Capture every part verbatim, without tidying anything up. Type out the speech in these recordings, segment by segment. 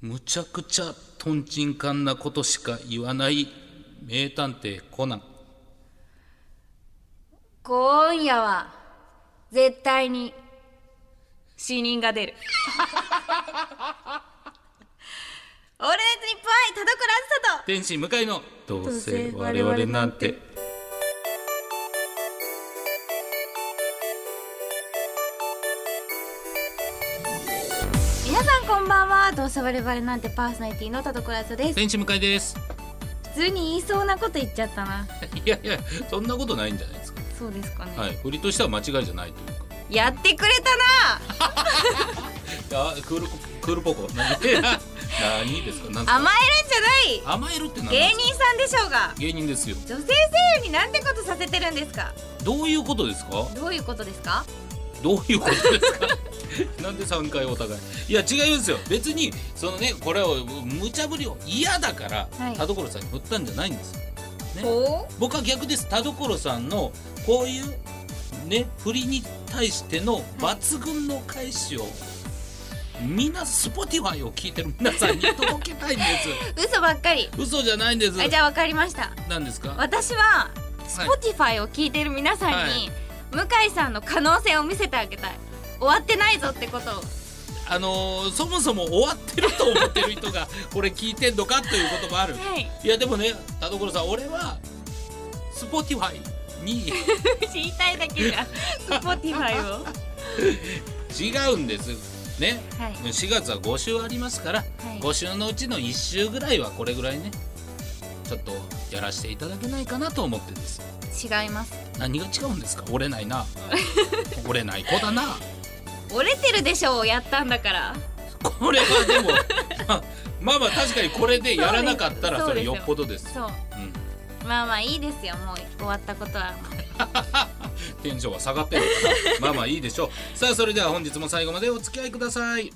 むちゃくちゃとんちんかんなことしか言わない名探偵コナン。 今夜は絶対に死人が出る。オールナイトニッポン愛田所あずさと天使向かいのどうせ我々なんて。 皆さんこんばんは。どうせ我々なんてパーソナリティの田所あずさです。 天使向かいです。 普通に言いそうなこと言っちゃったな。 いやいや、そんなことないんじゃないですか。 そうですかね。 はい、振りとしては間違いじゃないというか。 やってくれたな。 あ、クールクールポコ。何何ですか。なんですか。 甘えるんじゃない。 甘えるって何ですか。 芸人さんでしょうが。 芸人ですよ。 女性声優になんてことさせてるんですか。 どういうことですか。 どういうことですか。 どういうことですか。なんでさんかいお互い。いや違いますよ。別にそのね、これを無茶ぶりを嫌だから、はい、田所さんに振ったんじゃないんですよ、ね、僕は逆です。田所さんのこういうね振りに対しての抜群の返しを、はい、みんな Spotify を聞いてる皆さんに届けたいんです。 嘘ばっかり。 嘘じゃないんです。 あ、じゃあ分かりました。 何ですか。 私は Spotify を聞いてる皆さんに、はい、向井さんの可能性を見せてあげたい。終わってないぞってことを。 あのー、そもそも終わってると思ってる人がこれ聞いてんのかということもある、はい、いやでもね田所さん、俺は Spotify に言いたいだけじゃん。Spotify を違うんですね、はい、しがつはご週ありますから、はい、ご週のうちのいっ週ぐらいはこれぐらいねちょっとやらせていただけないかなと思ってです。 違います。 何が違うんですか。折れないな折れない子だな。 折れてるでしょう、やったんだから。 これはでもまあまあまあ確かにこれでやらなかったらそれよっぽどです。 そう、うん、まあまあいいですよ、もう終わったことは。 テンションは下がってるからまあまあいいでしょう。さあそれでは本日も最後までお付き合いください。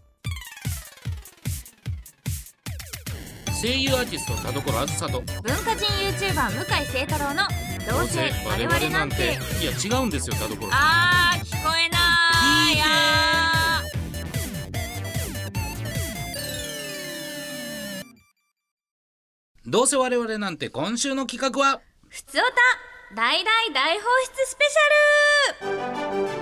声優アーティスト田所あずさと文化人 YouTuber 向井聖太郎のどうせ我々なんて。 いや違うんですよ田所。 あー聞こえない。あどうせ我々なんて。今週の企画はふつおた大大大放出スペシャル。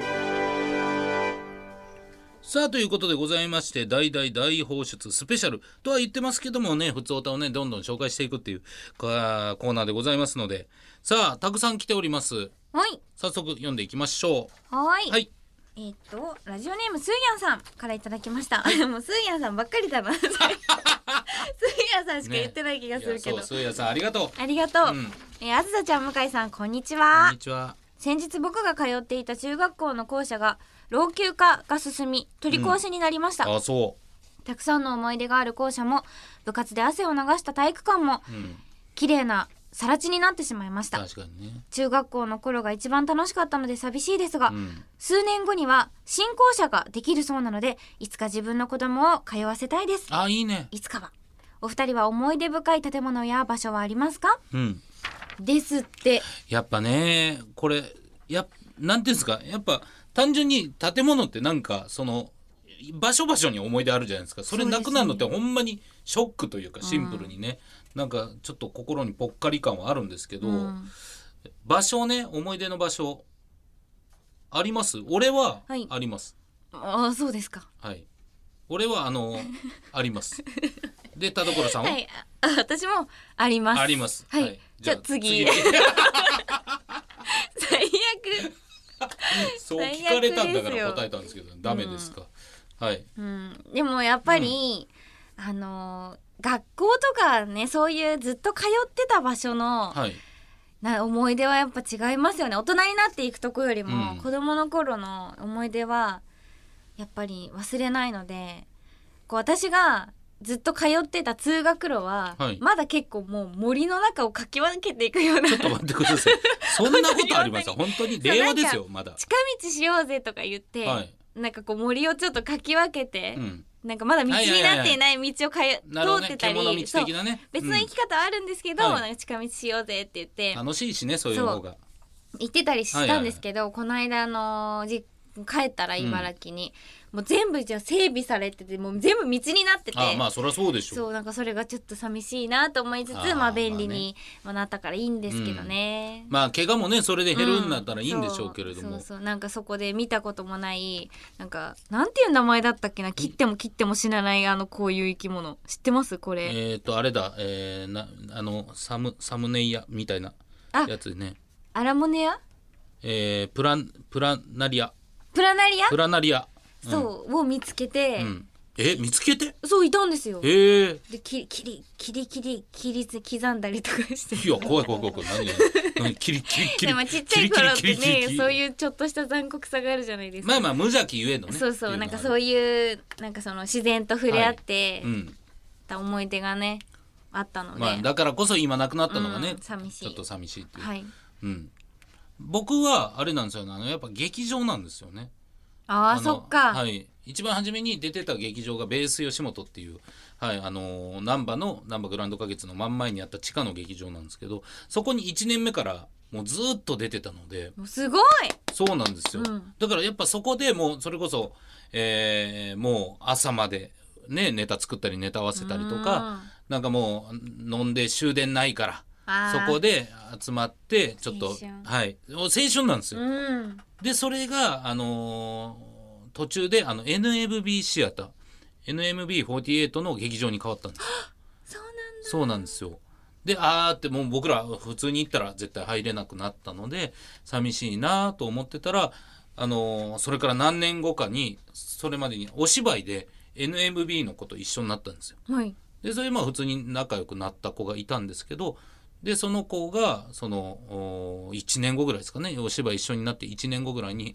さあということでございまして、大大大放出スペシャルとは言ってますけどもね、ふつおたをねどんどん紹介していくっていうコーナーでございますので、さあたくさん来ております。 はい、 早速読んでいきましょう。はい、 はい、 えー、っとラジオネームスーヤンさんからいただきました、はい、もうスーヤンさんばっかりだな。スーヤンさんしか言ってない気がするけど、ね、 そうスーヤンさんありがとう。 ありがとう、うん、えー、あずさちゃん、向井さん、こんにちは。 こんにちは。 先日僕が通っていた中学校の校舎が老朽化が進み取り壊しになりました、 うん、あそう。 たくさんの思い出がある校舎も部活で汗を流した体育館も、うん、綺麗な更地になってしまいました。 確かにね。 中学校の頃が一番楽しかったので寂しいですが、うん、数年後には新校舎ができるそうなので、いつか自分の子供を通わせたいです。 あ、いいね。 いつかは。お二人は思い出深い建物や場所はありますか？ うん、 ですって。 やっぱね、これやなんていうんですか、やっぱ単純に建物ってなんかその場所場所に思い出あるじゃないですか。それなくなるのってほんまにショックというか、シンプルにね、うん、なんかちょっと心にぽっかり感はあるんですけど、うん、場所ね、思い出の場所あります？俺はあります、 はい、あ、そうですか。 はい、俺はあのあります。で田所さんは？ はい、あ、私もあります。 あります、 はい、はい、じゃあ次。最悪。 そう聞かれたんだから答えたんですけど、ダメですか？うん、はい、 うん、でもやっぱり、うん、あの学校とかね、そういうずっと通ってた場所の、はい、な思い出はやっぱ違いますよね。大人になっていくとこよりも、うん、子供の頃の思い出はやっぱり忘れないので、こう私がずっと通ってた通学路は、はい、まだ結構もう森の中をかき分けていくような。 ちょっと待ってください。そんなことあります本当に令和ですよ。まだ近道しようぜとか言って、はい、なんかこう森をちょっとかき分けて、うん、なんかまだ道になっていない道をかよ、通ってたり、 ね、道的なね、 別の生き方はあるんですけど、うん、なんか近道しようぜって言って楽しいしね、そういう方が言ってたりしたんですけど、はいはいはい、この間あのー、帰ったら茨城に、うもう全部じゃ整備されててもう全部道になってて、 あまあそりゃそうでしょう。 そうなんかそれがちょっと寂しいなと思いつつ、あまあ便利になったからいいんですけどね、 うん、まあ怪我もねそれで減るんだったらいいんでしょうけれども、 うん、そうそうそうなんかそこで見たこともないなんかなんていう名前だったっけな、切っても切っても死なないあのこういう生き物知ってますこれ？ えっ、ー、とあれだ、えー、なあのサムサムネイアみたいなやつね。 アラモネア、 えー、プランプラナリアプラナリアプラナリア、 うん、そうを見つけて、 うん、え見つけてそういたんですよ。 へーでき切り切り切り切り刻んだりとかして、 いや怖い怖い怖い怖い何何切り切り切りでもちっちゃい頃ってねそういうちょっとした残酷さがあるじゃないですか。 まあまあ無邪気ゆえのね。 そうそうなんかそういうなんかその自然と触れ合って、はい、うん、た思い出がねあったので、 まあ、だからこそ今なくなったのがね、 うん、寂しい、 ちょっと寂しいっていう、 はい、 うん、僕はあれなんですよね、あのやっぱ劇場なんですよね。 ああそっか、 はい、一番初めに出てた劇場がベース吉本っていう、はい、あの難波の難波グランド花月の真ん前にあった地下の劇場なんですけど、そこにいちねんめからもうずっと出てたので、 もうすごいそうなんですよ、うん、だからやっぱそこでもうそれこそ、えー、もう朝までねネタ作ったりネタ合わせたりとか、なんかもう飲んで終電ないからそこで集まってちょっとはい青春なんですよ、うん、でそれが、あのー、途中であの エヌエムビー シアター エヌエムビーフォーティーエイト の劇場に変わったんです。 そうなんだ。 そうなんですよ。であーってもう僕ら普通に行ったら絶対入れなくなったので寂しいなと思ってたら、あのー、それから何年後かにそれまでにお芝居で エヌエムビー の子と一緒になったんですよ、 はい、 でそれまあ普通に仲良くなった子がいたんですけど、でその子がそのいちねんごぐらいですかね、お芝居一緒になっていちねんごぐらいに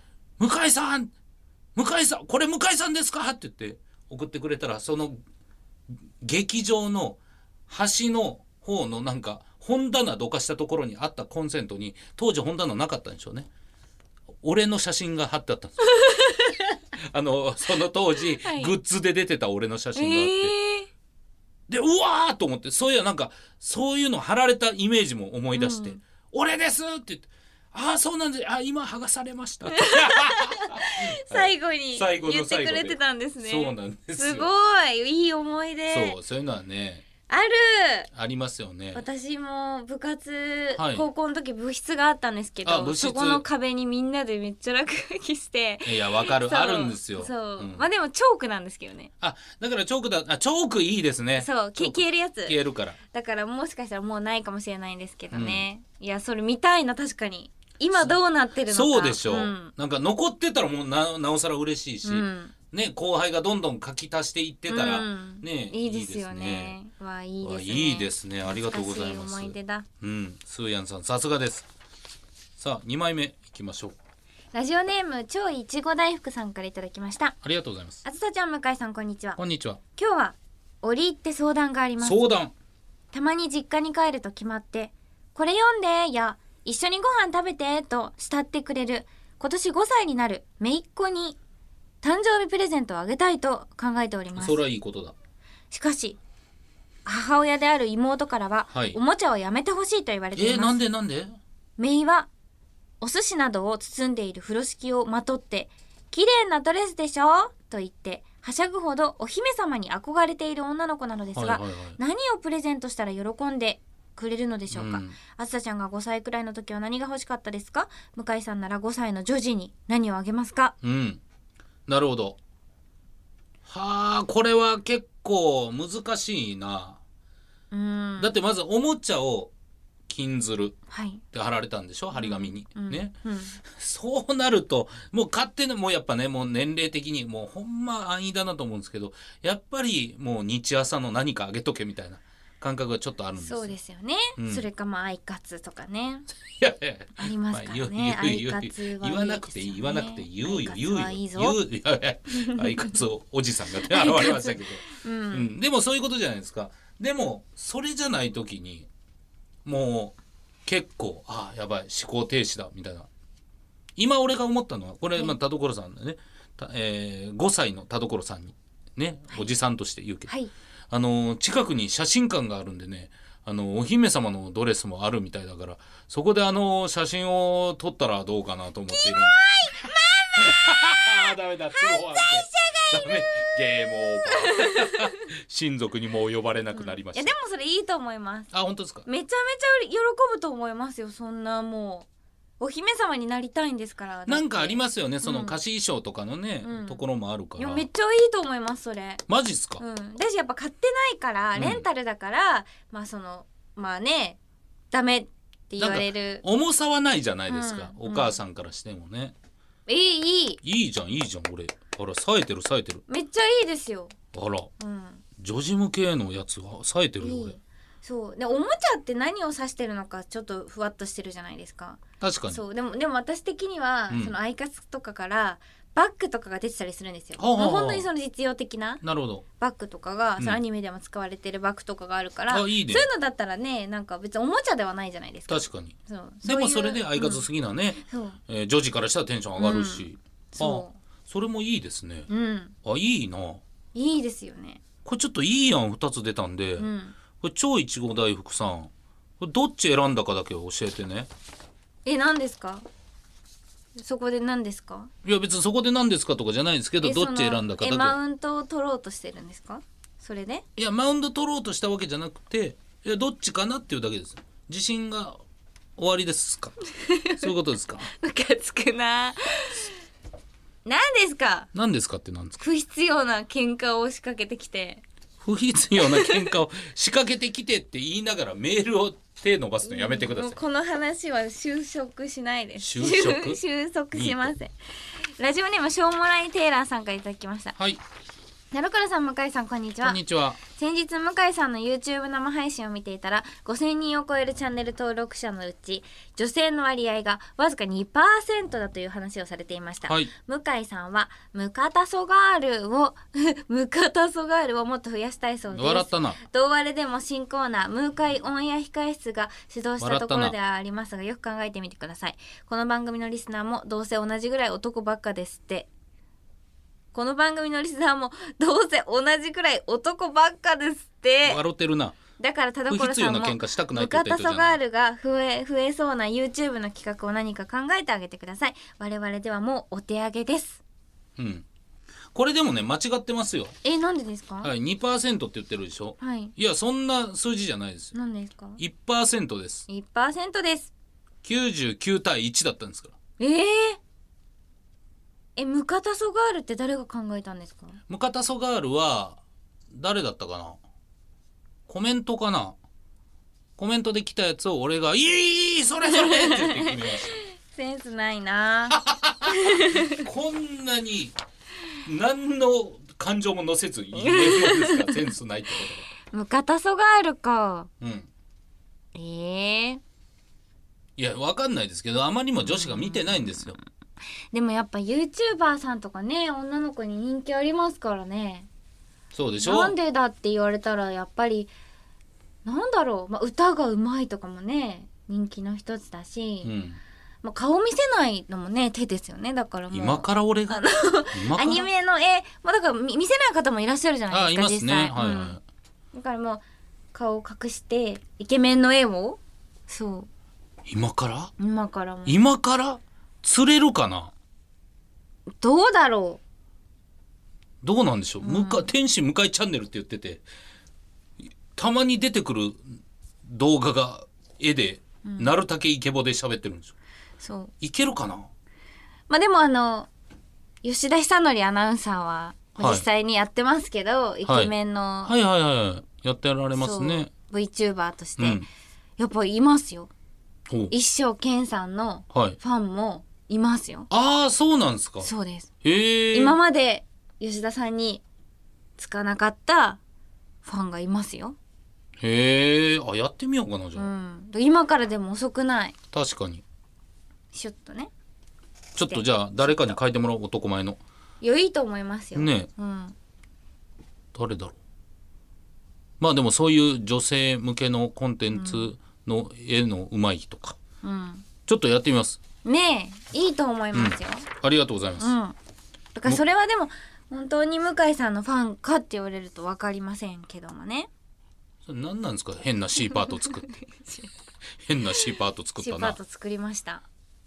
「向井さん向井さんこれ向井さんですか?」って言って送ってくれたら、その劇場の端の方のなんか本棚どかしたところにあったコンセントに、当時本棚なかったんでしょうね、俺の写真が貼ってあったんですあのその当時、はい、グッズで出てた俺の写真があって、えー、でうわーと思って、そういやなんかそういうの貼られたイメージも思い出して、うん、俺ですって言って、ああそうなんです、あ今剥がされましたって最後に言ってくれてたんですね。 そうなんですよ。 すごいいい思い出。 そうそういうのはねあるありますよね。 私も部活、はい、高校の時部室があったんですけど、そこの壁にみんなでめっちゃ落書きして、 いやわかるあるんですよ。 そう、うん、まあでもチョークなんですけどね。 あだからチョークだ、あチョークいいですね。 そう消えるやつ消えるから、 だからもしかしたらもうないかもしれないんですけどね、うん、いやそれ見たいな。確かに今どうなってるのか。 そうでしょう、うん、なんか残ってたらもう な, なおさら嬉しいし、うんね、後輩がどんどん書き足していってたら、うん、ねいいですよね。わいいですね。 いいですね。ありがとうございます。 思い出だ。 うん、スーヤンさんさすがです。さあにまいめいきましょう。 ラジオネーム超いちご大福さんからいただきました。 ありがとうございます。 あずさちゃん向井さんこんにちは。 こんにちは。 今日は折り入って相談があります。 相談。 たまに実家に帰ると決まってこれ読んでや一緒にご飯食べてと慕ってくれる今年ごさいになる姪っ子に誕生日プレゼントをあげたいと考えております。 それはいいことだ。 しかし母親である妹からは、はい、おもちゃをやめてほしいと言われています。 えー、なんでなんで？ 姪はお寿司などを包んでいる風呂敷をまとって綺麗なドレスでしょと言ってはしゃぐほどお姫様に憧れている女の子なのですが、はいはいはい、何をプレゼントしたら喜んでくれるのでしょうか。あずさちゃんがごさいくらいの時は何が欲しかったですか？向井さんならごさいの女児に何をあげますか？ うん、なるほど。はあこれは結構難しいな。うん、だってまずおもちゃを金づるって貼られたんでしょ、はい、張り紙に、うん、ね、うん、そうなるともう勝手にもうやっぱねもう年齢的にもうほんま安易だなと思うんですけど、やっぱりもう日朝の何かあげとけみたいな感覚がちょっとあるんですよ。 そうですよね、うん、それかまあアイカツとかねいやいやありますからね、まあ、アイカツは言わなくていい言わなくて言うよ言うよいいぞ言ういやいやアイカツおじさんが、ね、現れましたけど、うんうん、でもそういうことじゃないですか。でもそれじゃない時にもう結構あやばい思考停止だみたいな。今俺が思ったのはこれ、まあ、田所さんでね、えー、ごさいの田所さんにね、はい、おじさんとして言うけど、はい、あの近くに写真館があるんでね、あのお姫様のドレスもあるみたいだからそこであの写真を撮ったらどうかなと思っている。キモいママあダメだ、通報案件ダメ、ゲームオーバー親族にもう呼ばれなくなりました、 うん、いやでもそれいいと思います。 あ、本当ですか。 めちゃめちゃ喜ぶと思いますよ。そんなもうお姫様になりたいんですから。 なんかありますよね、その貸し衣装とかのね、うん、ところもあるから。 いやめっちゃいいと思いますそれ。 マジっすか。 うん、だしやっぱ買ってないからレンタルだから、うん、まあそのまあねダメって言われる重さはないじゃないですか、うん、お母さんからしてもね、 うん、いいいいいいじゃんいいじゃん。俺あら冴えてる冴えてる、 めっちゃいいですよ。 あら、うん、女児向けのやつは冴えてるよ俺。 そうでおもちゃって何を指してるのかちょっとふわっとしてるじゃないですか。 確かに。 そうでもでも私的には、うん、そのアイカツとかからバッグとかが出てたりするんですよ。もう本当にその実用的なバッグとかが、うん、そのアニメでも使われてるバッグとかがあるから、いいね、そういうのだったらね、なんか別におもちゃではないじゃないですか。 確かに。そうでもそれでアイカツ好きなね、うんえー、女児からしたらテンション上がるし、うん、そうそれもいいですね、うん、あいいな。 いいですよね。 これちょっといい案ふたつ出たんで、うん、これ超いちご大福さんこれどっち選んだかだけ教えてね。 え何ですかそこで何ですか。 いや別にそこで何ですかとかじゃないんですけど、どっち選んだかだけ。えマウントを取ろうとしてるんですかそれで。 いやマウント取ろうとしたわけじゃなくて、いやどっちかなっていうだけです。自信が終わりですかそういうことですか。 ムカつくな。何ですか。 何ですかって何ですか。 不必要な喧嘩を仕掛けてきて。 不必要な喧嘩を仕掛けてきてって言いながらメールを手伸ばすのやめてください。 この話は収束しないです。 収束収束しません。ラジオネームしょうもらいテイラーさんからいただきました。 はい。 ナロクラさん、向井さん、こんにちは。 こんにちは。 先日向井さんの YouTube 生配信を見ていたらごせんにんを超えるチャンネル登録者のうち女性の割合がわずか にパーセント だという話をされていました、はい、向井さんはムカタソガールをムカタソガールをもっと増やしたいそうです。 笑ったな。 同割でも新コーナー向井オンエア控室が始動したところではありますが、よく考えてみてください。この番組のリスナーもどうせ同じぐらい男ばっかですって。この番組のリスナーもどうせ同じくらい男ばっかですって。 笑ってるな。 だから田所さんもムカタソガールが増え、増えそうな YouTube の企画を何か考えてあげてください。我々ではもうお手上げです。 うん。これでもね間違ってますよ。 えなんでですか。 はい にパーセント って言ってるでしょ。はい。いやそんな数字じゃないですよ。 何ですか。 いちパーセント です。 いちパーセント です。 きゅうじゅうきゅうたいいちだったんですから。 えーえムカタソガールって誰が考えたんですか。 ムカタソガールは誰だったかな。コメントかな。コメントで来たやつを俺が「いいいいそれそれ!」って言って決めました。 センスないなこんなに何の感情も乗せず言えるんですかセンスないってことが。 ムカタソガールか。うんえー、 いやわかんないですけどあまりにも女子が見てないんですよ。 でもやっぱ YouTuber さんとかね女の子に人気ありますからね。 そうでしょ。 なんでだって言われたらやっぱりなんだろう、まあ、歌がうまいとかもね人気の一つだし、うんまあ、顔見せないのもね手ですよね。だからもう今から俺がアニメの絵、まあ、だから見せない方もいらっしゃるじゃないですか。 あいますね、 実際、 はいはいうん、だからもう顔を隠してイケメンの絵をそう今から今からも今から釣れるかな。 どうだろう。どうなんでしょう、うん、向天使向井チャンネルって言っててたまに出てくる動画が絵で、うん、なるたけイケボで喋ってるんですよ。そういけるかな。 まあでもあの吉田久典アナウンサーは実際にやってますけど、はい、イケメンの、 はい、はいはいはいやってられますね。 VTuber として、うん、やっぱいますよ。一生健さんのファンもいますよ、 はい、ああそうなんですか。 そうです。 へえ。 今まで吉田さんにつかなかったファンがいますよ。 へえ。あやってみようかなじゃあ、うん、 今からでも遅くない。 確かにシュッとねちょっとじゃあ誰かに書いてもらおう男前の。 いやいいと思いますよね、うん、誰だろう。まあでもそういう女性向けのコンテンツの絵のうまいとか、うん、ちょっとやってみますねえ。いいと思いますよ、うん、 ありがとうございます、うん、 だからそれはでも本当に向井さんのファンかって言われると分かりませんけどもね。 それ何なんですか変な C パート作って変な C パート作ったな。 C パート作りました。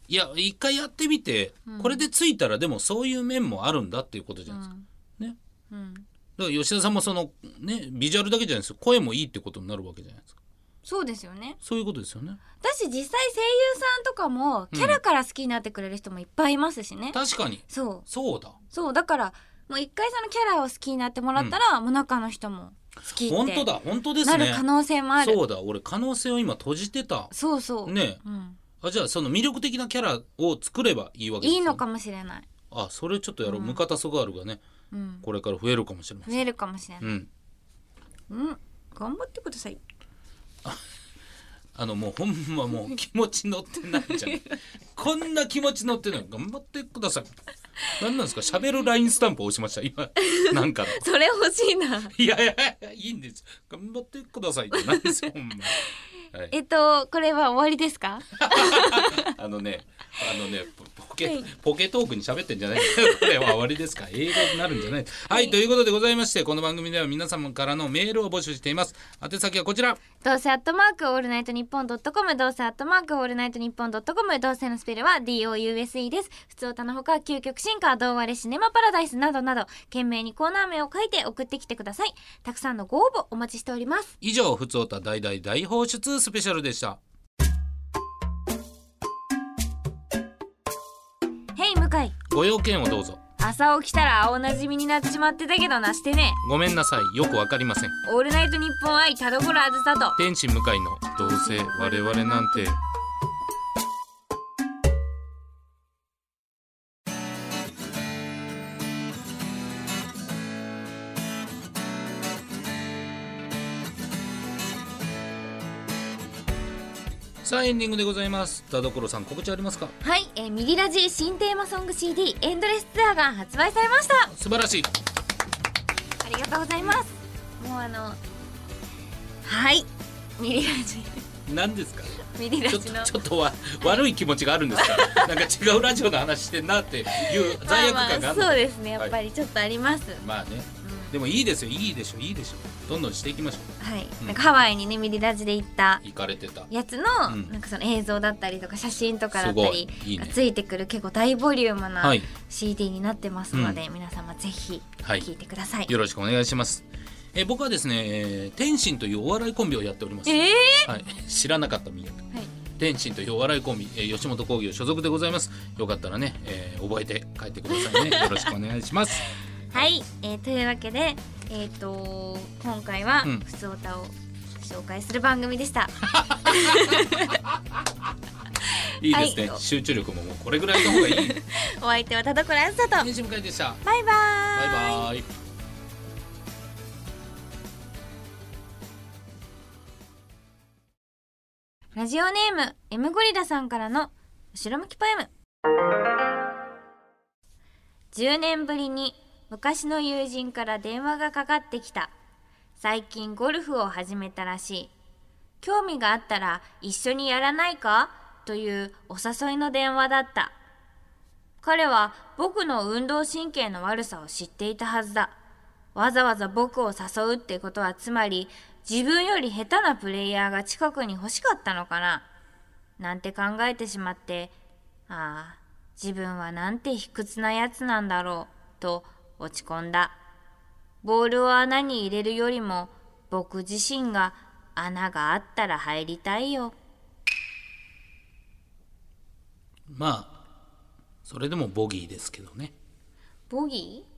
いや一回やってみて、うん、これでついたらでもそういう面もあるんだっていうことじゃないですか、うん、ね、うん、だから吉田さんもそのねビジュアルだけじゃないですよ、声もいいってことになるわけじゃないですか。 そうですよね。 そういうことですよね。 私実際声優さんとかもキャラから好きになってくれる人もいっぱいいますしね、うん、 確かにそうそうだそうだからもう一回そのキャラを好きになってもらったら、うん、もう中の人も好きって本当だ本当ですね、 なる可能性もある。 そうだ俺可能性を今閉じてた。 そうそうね、うん、あじゃあその魅力的なキャラを作ればいいわけですよね。 いいのかもしれない。 あそれちょっとやろう、うん、ムカタソガールがね、うん、これから増えるかもしれません。 増えるかもしれない、うんうん、頑張ってください。 ああのもうほんまもう気持ち乗ってないじゃんこんな気持ち乗ってない頑張ってください。何なんですか喋るラインスタンプを押しました今なんかのそれ欲しいな。 いやいやいやいいんです頑張ってくださいって何ですよほんま、 はい、えっとこれは終わりですかあのねあのねポケ、はい、ポケトークに喋ってんじゃないこれは終わりですか英語になるんじゃないはい、はい、ということでございましてこの番組では皆様からのメールを募集しています。宛先はこちらどうせアットマークオールナイトニッポンドットコムどうせアットマークオールナイトニッポンドットコムどうせのスペルは ディーオーユーエスイー です。普通歌のほか究極進化どうわれシネマパラダイスなどなど懸命にコーナー名を書いて送ってきてください。たくさんのご応募お待ちしております。 以上普通歌大大大放出スペシャルでした。 へい向井ご用件をどうぞ。 朝起きたら青なじみになっちまってたけどなしてね。 ごめんなさいよくわかりません。 オールナイトニッポン愛田所あずさと天心向井のどうせ我々なんて。さあエンディングでございます。田所さん告知ありますか。 はい、えー、ミリラジ新テーマソング シーディー エンドレスツアーが発売されました。 素晴らしいありがとうございます。もうあのはいミリラジ何ですかミリラジのちょっとちょっとわ悪い気持ちがあるんですかなんか違うラジオの話してんなっていう罪悪感がある、 まあまあそうですねやっぱりちょっとあります、はい、 まあね、うん、でもいいですよいいでしょいいでしょどんどんしていきましょう。はい、うん、なんかハワイにねミリラジで行った行かれてたやつの、うん、なんかその映像だったりとか写真とかだったりがついてくる結構大ボリュームな シーディー になってますので、はい、皆様ぜひ聴いてください、はい、 よろしくお願いします。え僕はですね、えー、天心というお笑いコンビをやっております、 えーはい、知らなかったみんな、はい、天心というお笑いコンビ、えー、吉本興業所属でございます。よかったらね、えー、覚えて帰ってくださいねよろしくお願いしますはい、えー、というわけで、えー、と今回はふつおたを紹介する番組でした、 うん、いいですね、はい、集中力ももうこれぐらいの方がいいお相手は田所あずさと天心向井でした。 バイバーイバイバイ。 ラジオネーム M ゴリラさんからの後ろ向きポエム。じゅうねんぶりに昔の友人から電話がかかってきた。最近ゴルフを始めたらしい。興味があったら一緒にやらないかというお誘いの電話だった。彼は僕の運動神経の悪さを知っていたはずだ。わざわざ僕を誘うってことはつまり自分より下手なプレイヤーが近くに欲しかったのかななんて考えてしまって、ああ自分はなんて卑屈なやつなんだろうと落ち込んだ。ボールを穴に入れるよりも僕自身が穴があったら入りたいよ。 まあそれでもボギーですけどね。 ボギ